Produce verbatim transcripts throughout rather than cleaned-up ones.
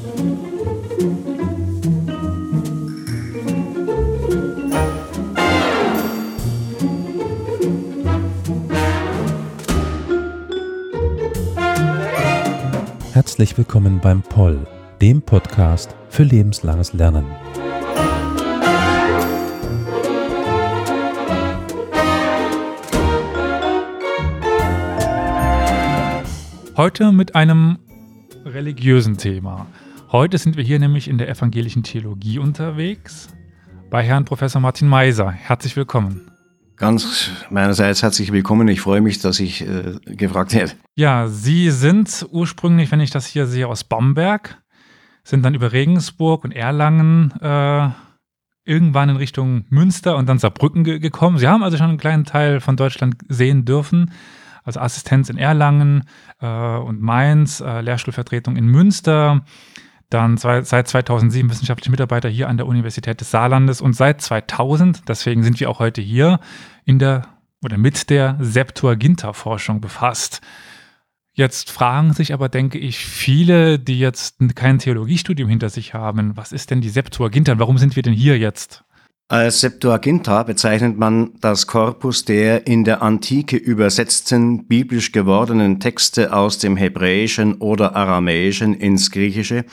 Herzlich willkommen beim Poll, dem Podcast für lebenslanges Lernen. Heute mit einem religiösen Thema. Heute sind wir hier nämlich in der evangelischen Theologie unterwegs bei Herrn Professor Martin Meiser. Herzlich willkommen. Ganz meinerseits herzlich willkommen. Ich freue mich, dass ich äh, gefragt werde. Ja, Sie sind ursprünglich, wenn ich das hier sehe, aus Bamberg, sind dann über Regensburg und Erlangen äh, irgendwann in Richtung Münster und dann Saarbrücken ge- gekommen. Sie haben also schon einen kleinen Teil von Deutschland sehen dürfen. Also Assistenz in Erlangen äh, und Mainz, äh, Lehrstuhlvertretung in Münster, dann zwei, seit zweitausendsieben wissenschaftliche Mitarbeiter hier an der Universität des Saarlandes und seit zweitausend, deswegen sind wir auch heute hier, in der oder mit der Septuaginta-Forschung befasst. Jetzt fragen sich aber, denke ich, viele, die jetzt kein Theologiestudium hinter sich haben, was ist denn die Septuaginta und warum sind wir denn hier jetzt? Als Septuaginta bezeichnet man das Korpus der in der Antike übersetzten, biblisch gewordenen Texte aus dem Hebräischen oder Aramäischen ins Griechische,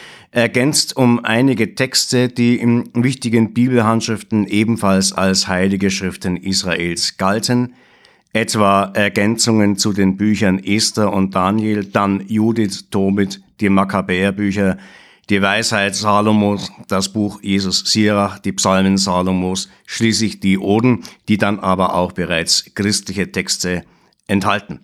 ergänzt um einige Texte, die in wichtigen Bibelhandschriften ebenfalls als heilige Schriften Israels galten, etwa Ergänzungen zu den Büchern Esther und Daniel, dann Judith, Tobit, die Makkabäerbücher, die Weisheit Salomos, das Buch Jesus Sirach, die Psalmen Salomos, schließlich die Oden, die dann aber auch bereits christliche Texte enthalten.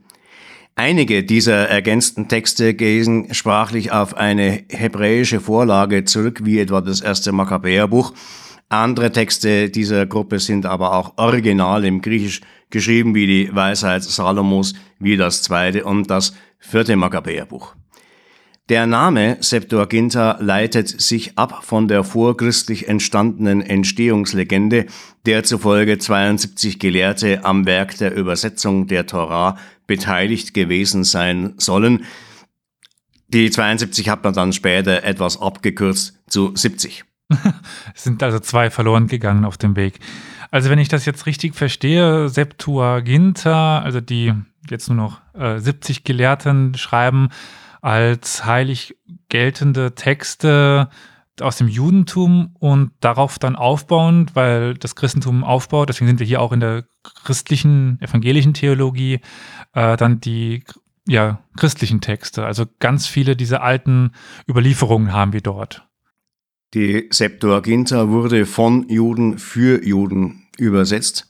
Einige dieser ergänzten Texte gehen sprachlich auf eine hebräische Vorlage zurück, wie etwa das erste Makkabäerbuch. Andere Texte dieser Gruppe sind aber auch original im Griechisch geschrieben, wie die Weisheit Salomos, wie das zweite und das vierte Makkabäerbuch. Der Name Septuaginta leitet sich ab von der vorchristlich entstandenen Entstehungslegende, der zufolge zweiundsiebzig Gelehrte am Werk der Übersetzung der Tora beteiligt gewesen sein sollen. Die zweiundsiebzig hat man dann später etwas abgekürzt zu siebzig. Es sind also zwei verloren gegangen auf dem Weg. Also wenn ich das jetzt richtig verstehe, Septuaginta, also die jetzt nur noch äh, siebzig Gelehrten schreiben, als heilig geltende Texte aus dem Judentum und darauf dann aufbauend, weil das Christentum aufbaut, deswegen sind wir hier auch in der christlichen, evangelischen Theologie, äh, dann die ja, christlichen Texte. Also ganz viele dieser alten Überlieferungen haben wir dort. Die Septuaginta wurde von Juden für Juden übersetzt.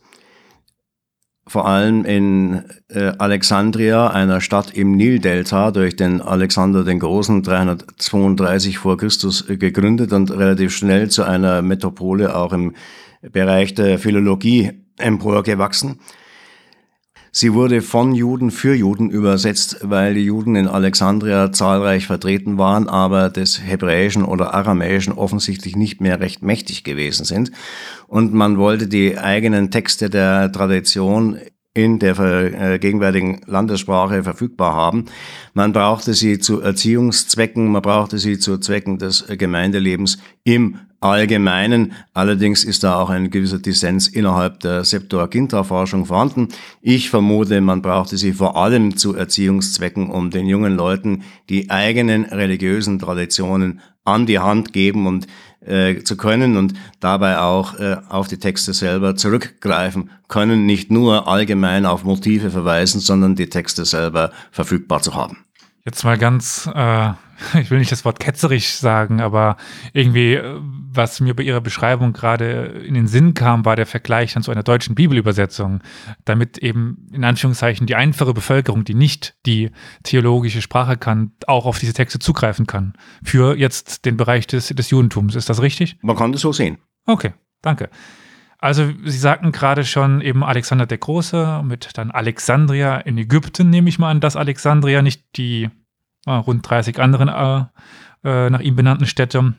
Vor allem in äh, Alexandria, einer Stadt im Nildelta, durch den Alexander den Großen dreihundertzweiunddreißig vor Christus äh, gegründet und relativ schnell zu einer Metropole auch im Bereich der Philologie emporgewachsen. Sie wurde von Juden für Juden übersetzt, weil die Juden in Alexandria zahlreich vertreten waren, aber des Hebräischen oder Aramäischen offensichtlich nicht mehr recht mächtig gewesen sind. Und man wollte die eigenen Texte der Tradition in der äh, gegenwärtigen Landessprache verfügbar haben. Man brauchte sie zu Erziehungszwecken, man brauchte sie zu Zwecken des äh, Gemeindelebens im Allgemeinen. Allerdings ist da auch ein gewisser Dissens innerhalb der Septuaginta-Forschung vorhanden. Ich vermute, man brauchte sie vor allem zu Erziehungszwecken, um den jungen Leuten die eigenen religiösen Traditionen an die Hand geben und äh, zu können und dabei auch äh, auf die Texte selber zurückgreifen können, nicht nur allgemein auf Motive verweisen, sondern die Texte selber verfügbar zu haben. Jetzt mal ganz, äh, ich will nicht das Wort ketzerisch sagen, aber irgendwie, was mir bei Ihrer Beschreibung gerade in den Sinn kam, war der Vergleich dann zu einer deutschen Bibelübersetzung, damit eben in Anführungszeichen die einfache Bevölkerung, die nicht die theologische Sprache kann, auch auf diese Texte zugreifen kann. Für jetzt den Bereich des, des Judentums. Ist das richtig? Man kann das so sehen. Okay, danke. Also Sie sagten gerade schon eben Alexander der Große mit dann Alexandria in Ägypten, nehme ich mal an, dass Alexandria, nicht die äh, rund dreißig anderen äh, äh, nach ihm benannten Städte.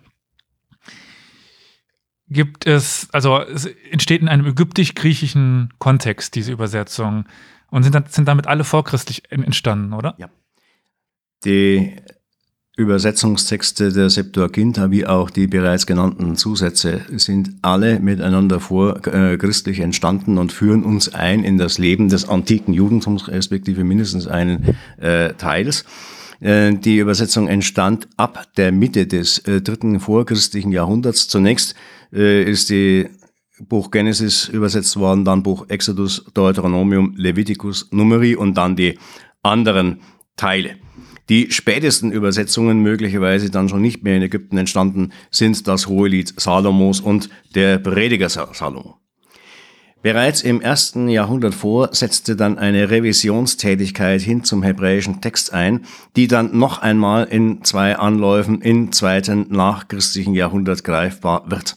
Gibt es, also es entsteht in einem ägyptisch-griechischen Kontext, diese Übersetzung. Und sind, sind damit alle vorchristlich entstanden, oder? Ja. Die Übersetzungstexte der Septuaginta wie auch die bereits genannten Zusätze sind alle miteinander vorchristlich entstanden und führen uns ein in das Leben des antiken Judentums, respektive mindestens einen äh, Teils. Äh, die Übersetzung entstand ab der Mitte des äh, dritten vorchristlichen Jahrhunderts. Zunächst äh, ist die Buch Genesis übersetzt worden, dann Buch Exodus, Deuteronomium, Leviticus, Numeri und dann die anderen Teile. Die spätesten Übersetzungen, möglicherweise dann schon nicht mehr in Ägypten entstanden, sind das Hohelied Salomos und der Prediger Salomo. Bereits im ersten Jahrhundert vor setzte dann eine Revisionstätigkeit hin zum hebräischen Text ein, die dann noch einmal in zwei Anläufen im zweiten nachchristlichen Jahrhundert greifbar wird.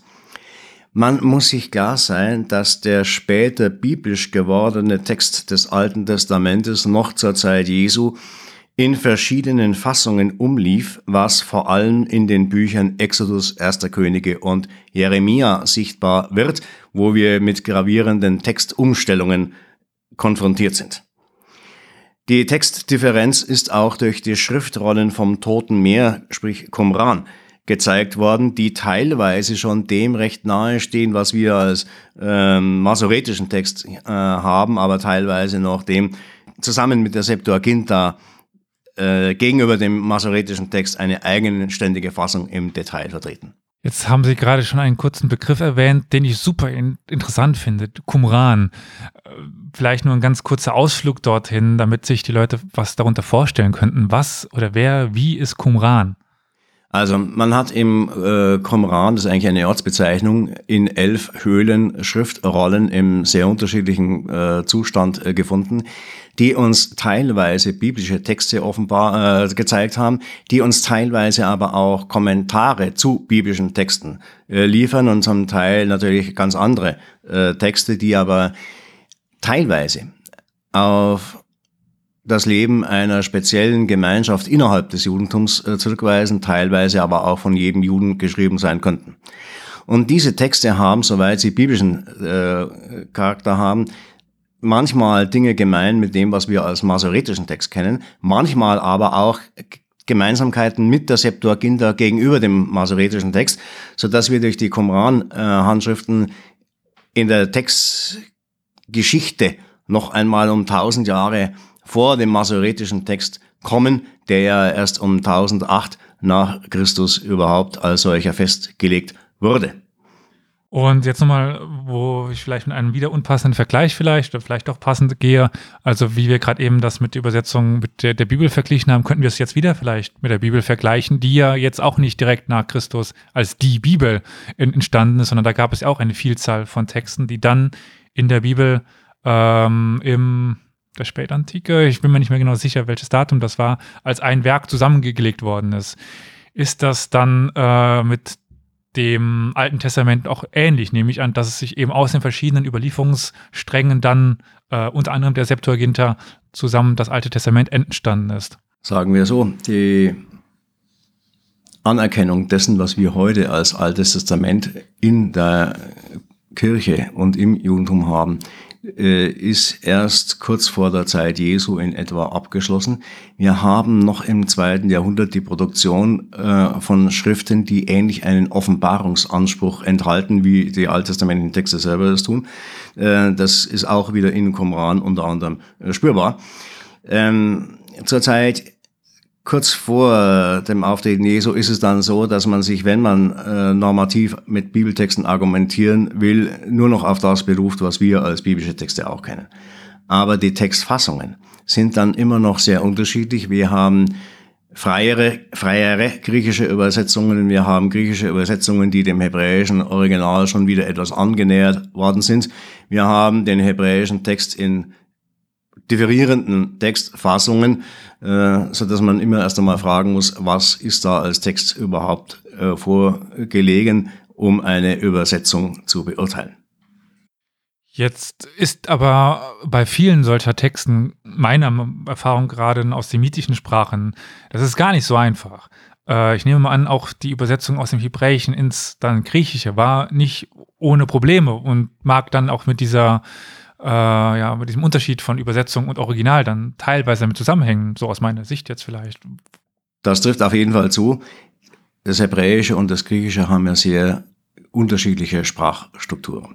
Man muss sich klar sein, dass der später biblisch gewordene Text des Alten Testamentes noch zur Zeit Jesu in verschiedenen Fassungen umlief, was vor allem in den Büchern Exodus, Erster Könige und Jeremia sichtbar wird, wo wir mit gravierenden Textumstellungen konfrontiert sind. Die Textdifferenz ist auch durch die Schriftrollen vom Toten Meer, sprich Qumran, gezeigt worden, die teilweise schon dem recht nahe stehen, was wir als ähm, masoretischen Text äh, haben, aber teilweise noch dem zusammen mit der Septuaginta Äh, gegenüber dem masoretischen Text eine eigenständige Fassung im Detail vertreten. Jetzt haben Sie gerade schon einen kurzen Begriff erwähnt, den ich super in, interessant finde, Qumran. Äh, vielleicht nur ein ganz kurzer Ausflug dorthin, damit sich die Leute was darunter vorstellen könnten. Was oder wer, wie ist Qumran? Also man hat im äh, Qumran, das ist eigentlich eine Ortsbezeichnung, in elf Höhlen Schriftrollen im sehr unterschiedlichen äh, Zustand äh, gefunden, die uns teilweise biblische Texte offenbar äh, gezeigt haben, die uns teilweise aber auch Kommentare zu biblischen Texten äh, liefern und zum Teil natürlich ganz andere äh, Texte, die aber teilweise auf das Leben einer speziellen Gemeinschaft innerhalb des Judentums äh, zurückweisen, teilweise aber auch von jedem Juden geschrieben sein könnten. Und diese Texte haben, soweit sie biblischen äh, Charakter haben, manchmal Dinge gemein mit dem, was wir als masoretischen Text kennen, manchmal aber auch Gemeinsamkeiten mit der Septuaginta gegenüber dem masoretischen Text, sodass wir durch die Qumran-Handschriften in der Textgeschichte noch einmal um tausend Jahre vor dem masoretischen Text kommen, der ja erst um tausendacht nach Christus überhaupt als solcher festgelegt wurde. Und jetzt nochmal, wo ich vielleicht mit einem wieder unpassenden Vergleich vielleicht oder vielleicht auch passend gehe, also wie wir gerade eben das mit der Übersetzung mit der, der Bibel verglichen haben, könnten wir es jetzt wieder vielleicht mit der Bibel vergleichen, die ja jetzt auch nicht direkt nach Christus als die Bibel in, entstanden ist, sondern da gab es ja auch eine Vielzahl von Texten, die dann in der Bibel ähm, im der Spätantike, ich bin mir nicht mehr genau sicher, welches Datum das war, als ein Werk zusammengelegt worden ist. Ist das dann äh, mit dem Alten Testament auch ähnlich, nehme ich an, dass es sich eben aus den verschiedenen Überlieferungssträngen dann äh, unter anderem der Septuaginta zusammen das Alte Testament entstanden ist? Sagen wir so, die Anerkennung dessen, was wir heute als Altes Testament in der Kirche und im Judentum haben, ist erst kurz vor der Zeit Jesu in etwa abgeschlossen. Wir haben noch im zweiten Jahrhundert die Produktion äh, von Schriften, die ähnlich einen Offenbarungsanspruch enthalten, wie die alttestamentlichen Texte selber das tun. Äh, das ist auch wieder in Qumran unter anderem äh, spürbar. Ähm, zur Zeit kurz vor dem Auftreten Jesu ist es dann so, dass man sich, wenn man äh, normativ mit Bibeltexten argumentieren will, nur noch auf das beruft, was wir als biblische Texte auch kennen. Aber die Textfassungen sind dann immer noch sehr unterschiedlich. Wir haben freiere, freiere griechische Übersetzungen, wir haben griechische Übersetzungen, die dem hebräischen Original schon wieder etwas angenähert worden sind. Wir haben den hebräischen Text in differierenden Textfassungen, äh, so dass man immer erst einmal fragen muss, was ist da als Text überhaupt äh, vorgelegen, um eine Übersetzung zu beurteilen. Jetzt ist aber bei vielen solcher Texten, meiner Erfahrung gerade aus semitischen Sprachen, das ist gar nicht so einfach. Äh, ich nehme mal an, auch die Übersetzung aus dem Hebräischen ins dann Griechische war nicht ohne Probleme und mag dann auch mit dieser Äh, ja, mit diesem Unterschied von Übersetzung und Original dann teilweise damit zusammenhängen, so aus meiner Sicht jetzt vielleicht. Das trifft auf jeden Fall zu. Das Hebräische und das Griechische haben ja sehr unterschiedliche Sprachstrukturen.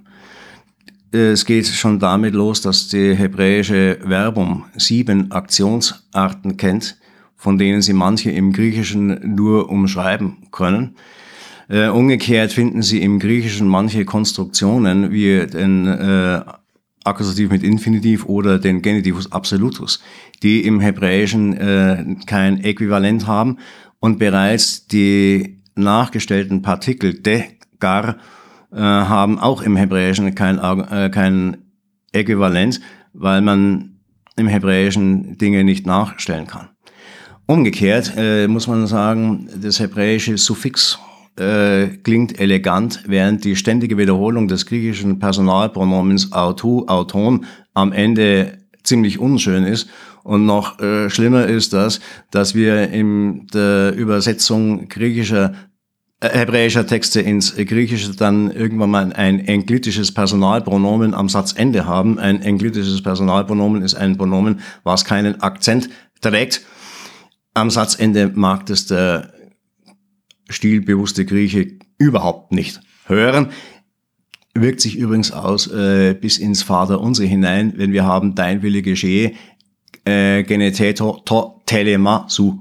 Es geht schon damit los, dass die hebräische Verbum sieben Aktionsarten kennt, von denen sie manche im Griechischen nur umschreiben können. Äh, umgekehrt finden sie im Griechischen manche Konstruktionen wie den äh, Akkusativ mit Infinitiv oder den Genitivus Absolutus, die im Hebräischen äh, kein Äquivalent haben und bereits die nachgestellten Partikel de, gar äh, haben auch im Hebräischen kein, äh, kein Äquivalent, weil man im Hebräischen Dinge nicht nachstellen kann. Umgekehrt äh, muss man sagen, das hebräische Suffix äh, klingt elegant, während die ständige Wiederholung des griechischen Personalpronomens autou, auton am Ende ziemlich unschön ist. Und noch äh, schlimmer ist das, dass wir in der Übersetzung griechischer, äh, hebräischer Texte ins Griechische dann irgendwann mal ein enklitisches Personalpronomen am Satzende haben. Ein enklitisches Personalpronomen ist ein Pronomen, was keinen Akzent trägt. Am Satzende mag das der stilbewusste Grieche überhaupt nicht hören. Wirkt sich übrigens aus äh, bis ins Vaterunser hinein, wenn wir haben, dein Wille geschehe, äh, geneteto to telema su.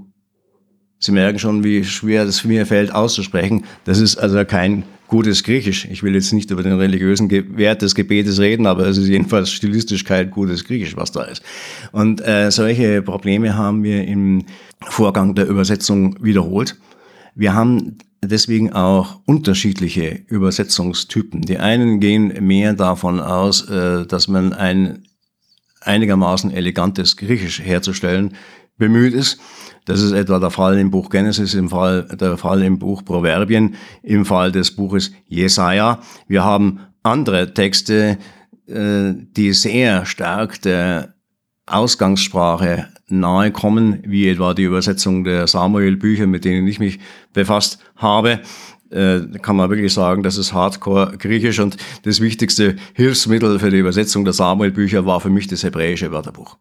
Sie merken schon, wie schwer das mir fällt auszusprechen. Das ist also kein gutes Griechisch. Ich will jetzt nicht über den religiösen Wert des Gebetes reden, aber es ist jedenfalls stilistisch kein gutes Griechisch, was da ist. Und äh, solche Probleme haben wir im Vorgang der Übersetzung wiederholt. Wir haben deswegen auch unterschiedliche Übersetzungstypen. Die einen gehen mehr davon aus, äh, dass man ein einigermaßen elegantes Griechisch herzustellen bemüht ist. Das ist etwa der Fall im Buch Genesis, im Fall, der Fall im Buch Proverbien, im Fall des Buches Jesaja. Wir haben andere Texte, äh, die sehr stark der Ausgangssprache nahe kommen, wie etwa die Übersetzung der Samuel-Bücher, mit denen ich mich befasst habe. Äh, kann man wirklich sagen, das ist Hardcore-Griechisch und das wichtigste Hilfsmittel für die Übersetzung der Samuel-Bücher war für mich das hebräische Wörterbuch.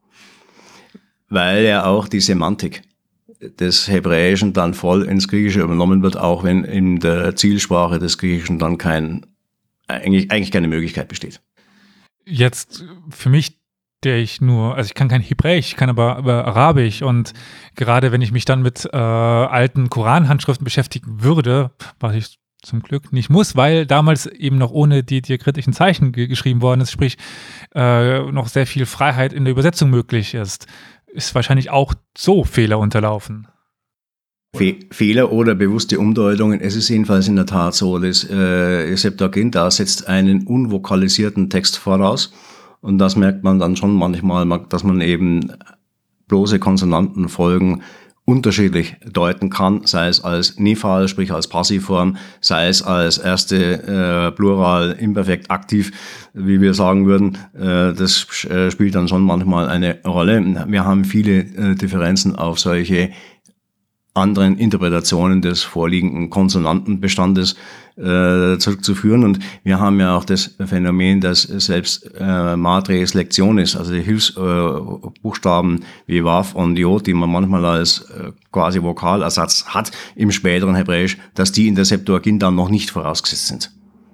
Weil ja auch die Semantik des Hebräischen dann voll ins Griechische übernommen wird, auch wenn in der Zielsprache des Griechischen dann kein, eigentlich, eigentlich keine Möglichkeit besteht. Jetzt für mich, der ich nur, also ich kann kein Hebräisch, ich kann aber, aber Arabisch und gerade wenn ich mich dann mit äh, alten Koranhandschriften beschäftigen würde, was ich zum Glück nicht muss, weil damals eben noch ohne die diakritischen Zeichen ge- geschrieben worden ist, sprich äh, noch sehr viel Freiheit in der Übersetzung möglich ist, ist wahrscheinlich auch so Fehler unterlaufen. Fe- Fehler oder bewusste Umdeutungen. Es ist jedenfalls in der Tat so, dass äh, Septuaginta setzt einen unvokalisierten Text voraus. Und das merkt man dann schon manchmal, dass man eben bloße Konsonantenfolgen unterschiedlich deuten kann, sei es als Nephal, sprich als Passivform, sei es als erste äh, Plural imperfekt aktiv, wie wir sagen würden. Äh, das äh, spielt dann schon manchmal eine Rolle. Wir haben viele äh, Differenzen auf solche anderen Interpretationen des vorliegenden Konsonantenbestandes äh, zurückzuführen. Und wir haben ja auch das Phänomen, dass selbst äh, Madre Selectionis, also die Hilfsbuchstaben äh, wie Waf und Jod, die man manchmal als äh, quasi Vokalersatz hat im späteren Hebräisch, dass die in der Septuaginta noch nicht vorausgesetzt sind.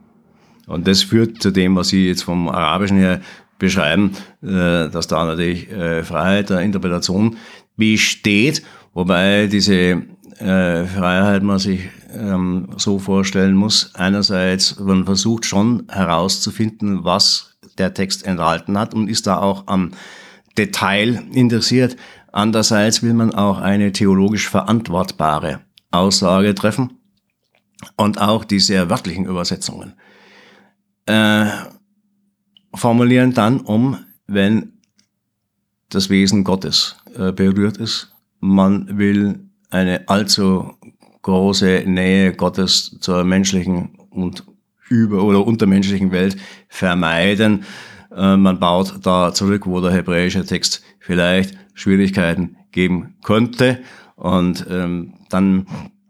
Und das führt zu dem, was Sie jetzt vom Arabischen her beschreiben, äh, dass da natürlich äh, Freiheit der Interpretation besteht. Wobei diese äh, Freiheit man sich ähm, so vorstellen muss, einerseits, man versucht schon herauszufinden, was der Text enthalten hat und ist da auch am Detail interessiert. Andererseits will man auch eine theologisch verantwortbare Aussage treffen und auch die sehr wörtlichen Übersetzungen äh, formulieren dann um, wenn das Wesen Gottes äh, berührt ist. Man will eine allzu große Nähe Gottes zur menschlichen und über- oder untermenschlichen Welt vermeiden. Äh, man baut da zurück, wo der hebräische Text vielleicht Schwierigkeiten geben könnte. Und ähm, dann,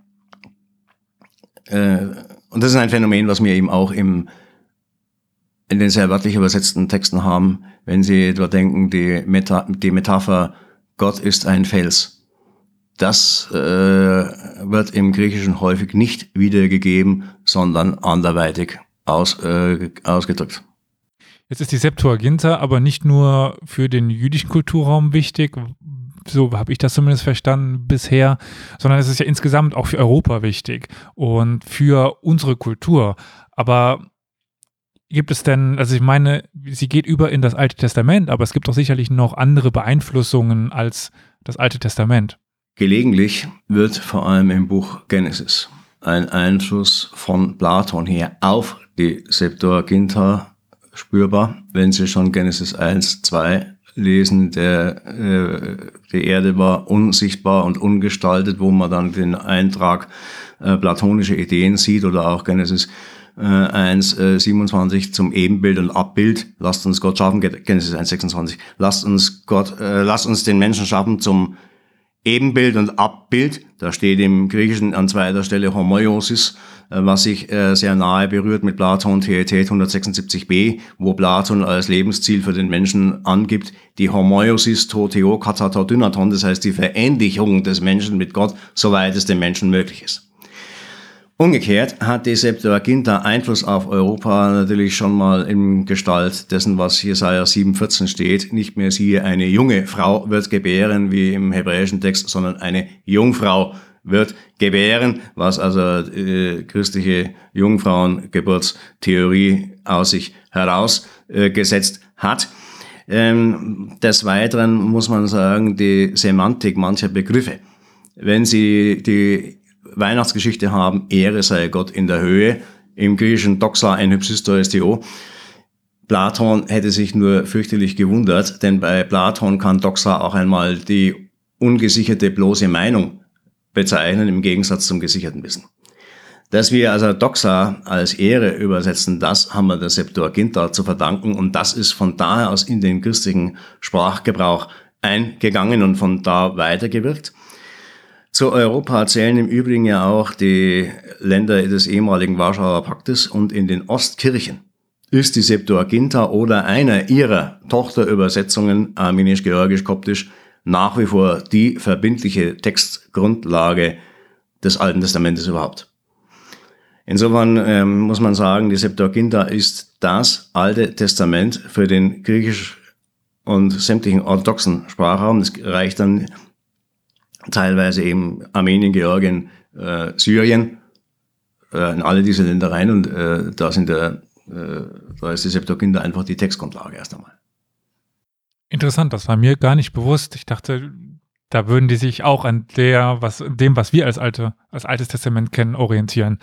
äh, und das ist ein Phänomen, was wir eben auch im in den sehr wörtlich übersetzten Texten haben, wenn Sie etwa denken, die, Meta- die Metapher Gott ist ein Fels. das äh, wird im Griechischen häufig nicht wiedergegeben, sondern anderweitig aus, äh, ausgedrückt. Jetzt ist die Septuaginta aber nicht nur für den jüdischen Kulturraum wichtig, so habe ich das zumindest verstanden bisher, sondern es ist ja insgesamt auch für Europa wichtig und für unsere Kultur. Aber gibt es denn, also ich meine, sie geht über in das Alte Testament, aber es gibt doch sicherlich noch andere Beeinflussungen als das Alte Testament. Gelegentlich wird vor allem im Buch Genesis ein Einfluss von Platon her auf die Septuaginta spürbar, wenn Sie schon Genesis eins, zwei lesen, der, äh, die Erde war unsichtbar und ungestaltet, wo man dann den Eintrag äh, platonische Ideen sieht, oder auch Genesis äh, eins, äh, siebenundzwanzig zum Ebenbild und Abbild. Lasst uns Gott schaffen, Genesis eins, sechsundzwanzig. Lasst uns Gott, äh, lasst uns den Menschen schaffen zum Ebenbild und Abbild. Da steht im Griechischen an zweiter Stelle Homoiosis, was sich äh, sehr nahe berührt mit Platon Theaetet hundertsechsundsiebzig b, wo Platon als Lebensziel für den Menschen angibt, die Homoiosis to Theo katato dynaton, das heißt die Verähnlichung des Menschen mit Gott, soweit es dem Menschen möglich ist. Umgekehrt hat die Septuaginta Einfluss auf Europa natürlich schon mal in Gestalt dessen, was Jesaja sieben vierzehn steht. Nicht mehr siehe, eine junge Frau wird gebären, wie im hebräischen Text, sondern eine Jungfrau wird gebären, was also äh, christliche Jungfrauengeburtstheorie aus sich herausgesetzt äh, hat. Ähm, des Weiteren muss man sagen, die Semantik mancher Begriffe. Wenn Sie die Weihnachtsgeschichte haben, Ehre sei Gott in der Höhe, im Griechischen Doxa en hypsistois Theo. Platon hätte sich nur fürchterlich gewundert, denn bei Platon kann Doxa auch einmal die ungesicherte bloße Meinung bezeichnen, im Gegensatz zum gesicherten Wissen. Dass wir also Doxa als Ehre übersetzen, das haben wir der Septuaginta zu verdanken, und das ist von daher aus in den christlichen Sprachgebrauch eingegangen und von da weitergewirkt. Zu Europa zählen im Übrigen ja auch die Länder des ehemaligen Warschauer Paktes, und in den Ostkirchen ist die Septuaginta oder einer ihrer Tochterübersetzungen, armenisch, georgisch, koptisch, nach wie vor die verbindliche Textgrundlage des Alten Testamentes überhaupt. Insofern ähm, muss man sagen, die Septuaginta ist das Alte Testament für den griechisch und sämtlichen orthodoxen Sprachraum. Das reicht dann teilweise eben Armenien, Georgien, äh, Syrien, äh, in alle diese Länder rein, und äh, da sind der, äh, da ist die Septuaginta einfach die Textgrundlage erst einmal. Interessant, das war mir gar nicht bewusst. Ich dachte, da würden die sich auch an der, was, dem, was wir als alte, als Altes Testament kennen, orientieren.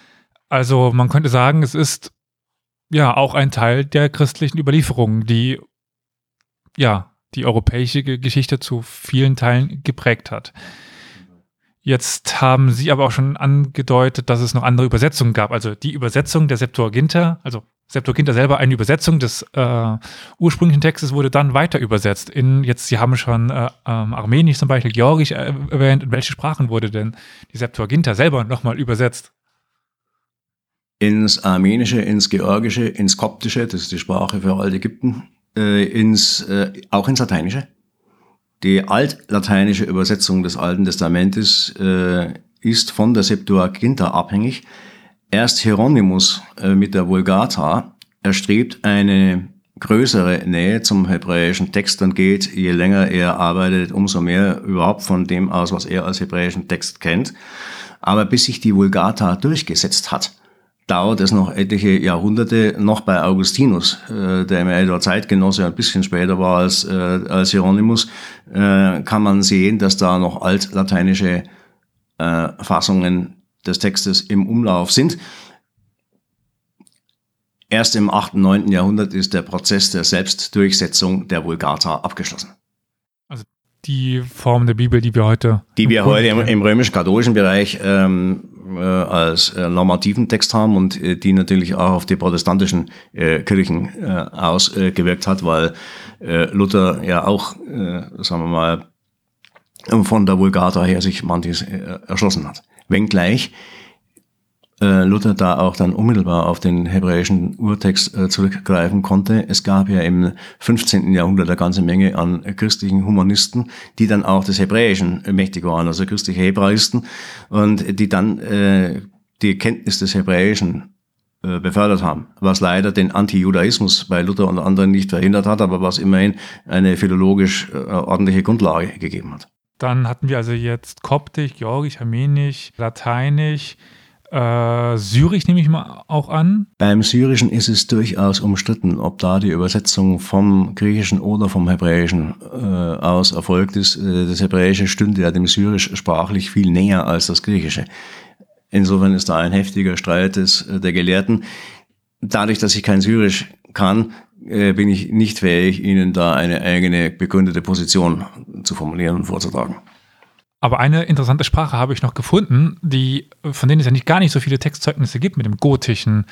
Also man könnte sagen, es ist ja auch ein Teil der christlichen Überlieferung, die ja die europäische Geschichte zu vielen Teilen geprägt hat. Jetzt haben Sie aber auch schon angedeutet, dass es noch andere Übersetzungen gab. Also die Übersetzung der Septuaginta, also Septuaginta selber, eine Übersetzung des äh, ursprünglichen Textes, wurde dann weiter übersetzt. In, jetzt, Sie haben schon äh, ähm, Armenisch zum Beispiel, Georgisch äh, erwähnt. In welche Sprachen wurde denn die Septuaginta selber nochmal übersetzt? Ins Armenische, ins Georgische, ins Koptische, das ist die Sprache für Altägypten, äh, ins, äh, auch ins Lateinische. Die altlateinische Übersetzung des Alten Testamentes äh, ist von der Septuaginta abhängig. Erst Hieronymus äh, mit der Vulgata erstrebt eine größere Nähe zum hebräischen Text und geht, je länger er arbeitet, umso mehr überhaupt von dem aus, was er als hebräischen Text kennt. Aber bis sich die Vulgata durchgesetzt hat, dauert es noch etliche Jahrhunderte, noch bei Augustinus, äh, der mir etwa Zeitgenosse ein bisschen später war als, äh, als Hieronymus, äh, kann man sehen, dass da noch altlateinische äh, Fassungen des Textes im Umlauf sind. Erst im achten, neunten Jahrhundert ist der Prozess der Selbstdurchsetzung der Vulgata abgeschlossen. Also die Form der Bibel, die wir heute... Die wir heute im, im römisch-katholischen Bereich ähm, äh, als äh, normativen Text haben und äh, die natürlich auch auf die protestantischen äh, Kirchen äh, ausgewirkt äh, hat, weil äh, Luther ja auch, äh, sagen wir mal, von der Vulgata her sich manches äh, erschlossen hat. Wenngleich äh, Luther da auch dann unmittelbar auf den hebräischen Urtext äh, zurückgreifen konnte. Es gab ja im fünfzehnten Jahrhundert eine ganze Menge an christlichen Humanisten, die dann auch des Hebräischen mächtig waren, also christliche Hebraisten, und die dann äh, die Kenntnis des Hebräischen äh, befördert haben, was leider den Anti-Judaismus bei Luther und anderen nicht verhindert hat, aber was immerhin eine philologisch äh, ordentliche Grundlage gegeben hat. Dann hatten wir also jetzt Koptisch, Georgisch, Armenisch, Lateinisch, äh, Syrisch nehme ich mal auch an. Beim Syrischen ist es durchaus umstritten, ob da die Übersetzung vom Griechischen oder vom Hebräischen äh, aus erfolgt ist. Das Hebräische stünde ja dem Syrisch sprachlich viel näher als das Griechische. Insofern ist da ein heftiger Streit des, der Gelehrten. Dadurch, dass ich kein Syrisch kann, bin ich nicht fähig, Ihnen da eine eigene begründete Position zu formulieren und vorzutragen. Aber eine interessante Sprache habe ich noch gefunden, die, von denen es ja nicht gar nicht so viele Textzeugnisse gibt mit dem Gotischen.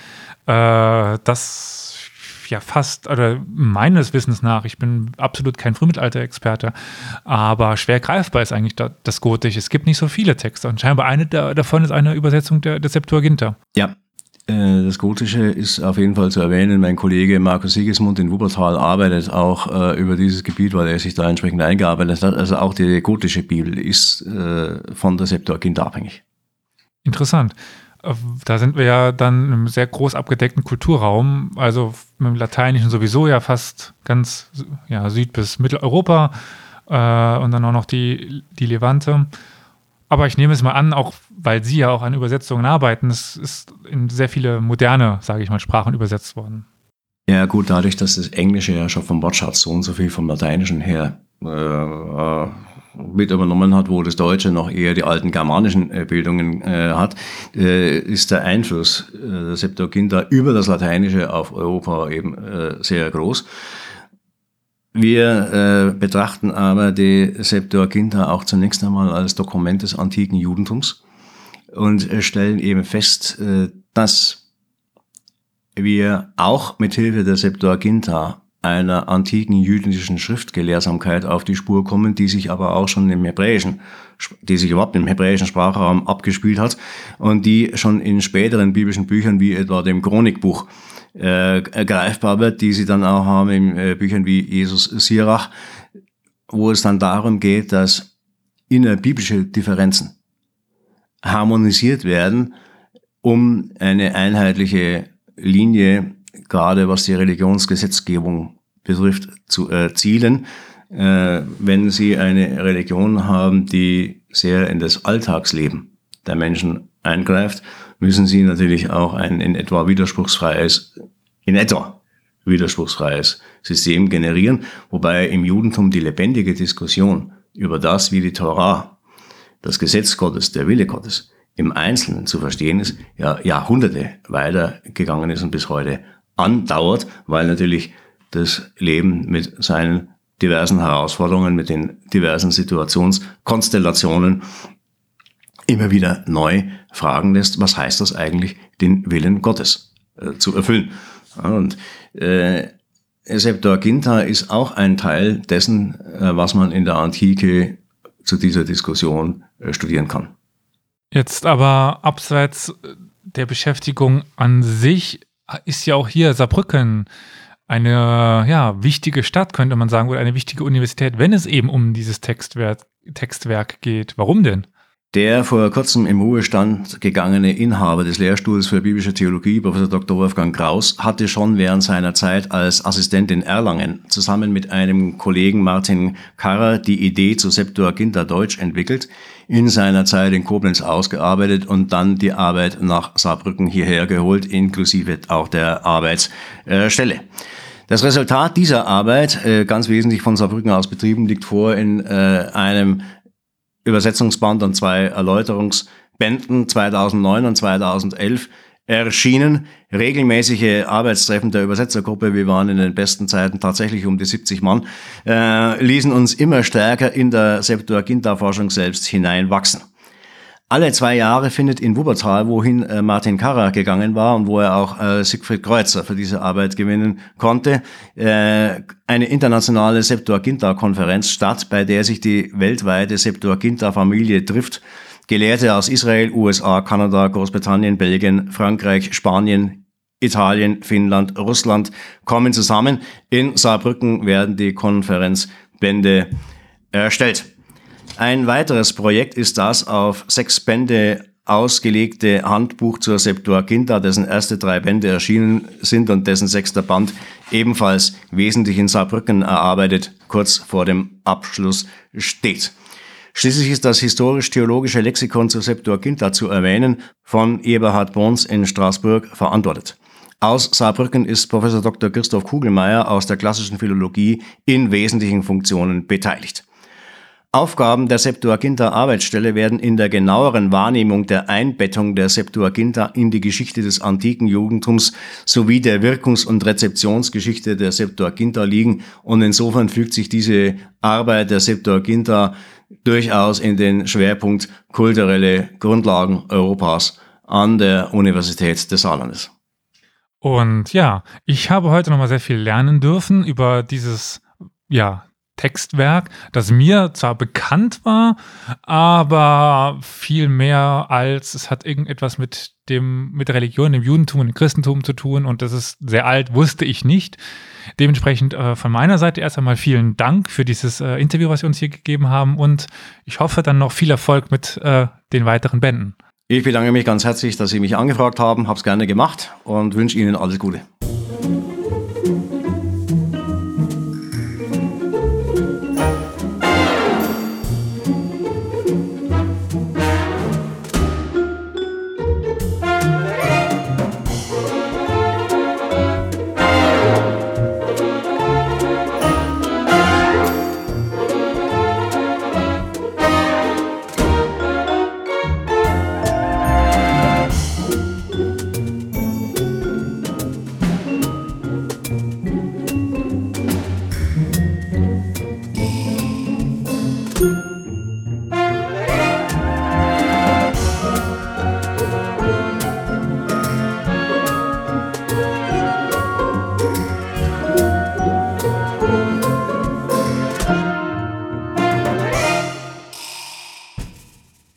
Äh, das ja fast, oder meines Wissens nach, ich bin absolut kein Frühmittelalter-Experte, aber schwer greifbar ist eigentlich da, das Gotische. Es gibt nicht so viele Texte und scheinbar eine da, davon ist eine Übersetzung der, der Septuaginta. Ja. Das Gotische ist auf jeden Fall zu erwähnen. Mein Kollege Markus Sigismund in Wuppertal arbeitet auch äh, über dieses Gebiet, weil er sich da entsprechend eingearbeitet hat. Also auch die gotische Bibel ist äh, von der Septuaginta abhängig. Interessant. Da sind wir ja dann im sehr groß abgedeckten Kulturraum, also mit dem Lateinischen sowieso ja fast ganz ja, Süd- bis Mitteleuropa äh, und dann auch noch die, die Levante. Aber ich nehme es mal an, auch weil Sie ja auch an Übersetzungen arbeiten, es ist in sehr viele moderne, sage ich mal, Sprachen übersetzt worden. Ja gut, dadurch, dass das Englische ja schon vom Wortschatz so und so viel vom Lateinischen her äh, mit übernommen hat, wo das Deutsche noch eher die alten germanischen äh, Bildungen äh, hat, äh, ist der Einfluss äh, der Septuaginta über das Lateinische auf Europa eben äh, sehr groß. Wir äh, betrachten aber die Septuaginta auch zunächst einmal als Dokument des antiken Judentums und äh, stellen eben fest, äh, dass wir auch mit Hilfe der Septuaginta einer antiken jüdischen Schriftgelehrsamkeit auf die Spur kommen, die sich aber auch schon im hebräischen, die sich überhaupt im hebräischen Sprachraum abgespielt hat und die schon in späteren biblischen Büchern wie etwa dem Chronikbuch äh, greifbar wird, die sie dann auch haben in äh, Büchern wie Jesus Sirach, wo es dann darum geht, dass innerbiblische Differenzen harmonisiert werden, um eine einheitliche Linie, gerade was die Religionsgesetzgebung betrifft, zu erzielen. Äh, wenn Sie eine Religion haben, die sehr in das Alltagsleben der Menschen eingreift, müssen Sie natürlich auch ein in etwa widerspruchsfreies, in etwa widerspruchsfreies System generieren, wobei im Judentum die lebendige Diskussion über das, wie die Torah, das Gesetz Gottes, der Wille Gottes, im Einzelnen zu verstehen ist, ja Jahrhunderte weitergegangen ist und bis heute andauert, weil natürlich das Leben mit seinen diversen Herausforderungen, mit den diversen Situationskonstellationen immer wieder neu fragen lässt, was heißt das eigentlich, den Willen Gottes äh, zu erfüllen. Ja, und äh, Septuaginta ist auch ein Teil dessen, äh, was man in der Antike zu dieser Diskussion äh, studieren kann. Jetzt aber abseits der Beschäftigung an sich ist ja auch hier Saarbrücken eine ja, wichtige Stadt, könnte man sagen, oder eine wichtige Universität, wenn es eben um dieses Textwerk, Textwerk geht. Warum denn? Der vor kurzem im Ruhestand gegangene Inhaber des Lehrstuhls für biblische Theologie, Professor Doktor Wolfgang Kraus, hatte schon während seiner Zeit als Assistent in Erlangen zusammen mit einem Kollegen Martin Karrer die Idee zu Septuaginta Deutsch entwickelt, in seiner Zeit in Koblenz ausgearbeitet und dann die Arbeit nach Saarbrücken hierher geholt, inklusive auch der Arbeitsstelle. Das Resultat dieser Arbeit, ganz wesentlich von Saarbrücken aus betrieben, liegt vor in einem Übersetzungsband und zwei Erläuterungsbänden zweitausendneun und zweitausendelf erschienen. Regelmäßige Arbeitstreffen der Übersetzergruppe, wir waren in den besten Zeiten tatsächlich um die siebzig Mann, äh, ließen uns immer stärker in der Septuaginta-Forschung selbst hineinwachsen. Alle zwei Jahre findet in Wuppertal, wohin äh, Martin Karrer gegangen war und wo er auch äh, Siegfried Kreuzer für diese Arbeit gewinnen konnte, äh, eine internationale Septuaginta-Konferenz statt, bei der sich die weltweite Septuaginta-Familie trifft, Gelehrte aus Israel, U S A, Kanada, Großbritannien, Belgien, Frankreich, Spanien, Italien, Finnland, Russland kommen zusammen. In Saarbrücken werden die Konferenzbände erstellt. Ein weiteres Projekt ist das auf sechs Bände ausgelegte Handbuch zur Septuaginta, dessen erste drei Bände erschienen sind und dessen sechster Band ebenfalls wesentlich in Saarbrücken erarbeitet, kurz vor dem Abschluss steht. Schließlich ist das historisch-theologische Lexikon zur Septuaginta zu erwähnen, von Eberhard Bons in Straßburg verantwortet. Aus Saarbrücken ist Professor Doktor Christoph Kugelmeier aus der klassischen Philologie in wesentlichen Funktionen beteiligt. Aufgaben der Septuaginta-Arbeitsstelle werden in der genaueren Wahrnehmung der Einbettung der Septuaginta in die Geschichte des antiken Judentums sowie der Wirkungs- und Rezeptionsgeschichte der Septuaginta liegen und insofern fügt sich diese Arbeit der Septuaginta durchaus in den Schwerpunkt kulturelle Grundlagen Europas an der Universität des Saarlandes. Und ja, ich habe heute nochmal sehr viel lernen dürfen über dieses, ja, Textwerk, das mir zwar bekannt war, aber viel mehr als es hat irgendetwas mit dem, mit der Religion, dem Judentum und dem Christentum zu tun und das ist sehr alt, wusste ich nicht. Dementsprechend äh, von meiner Seite erst einmal vielen Dank für dieses äh, Interview, was Sie uns hier gegeben haben und ich hoffe dann noch viel Erfolg mit äh, den weiteren Bänden. Ich bedanke mich ganz herzlich, dass Sie mich angefragt haben, habe es gerne gemacht und wünsche Ihnen alles Gute.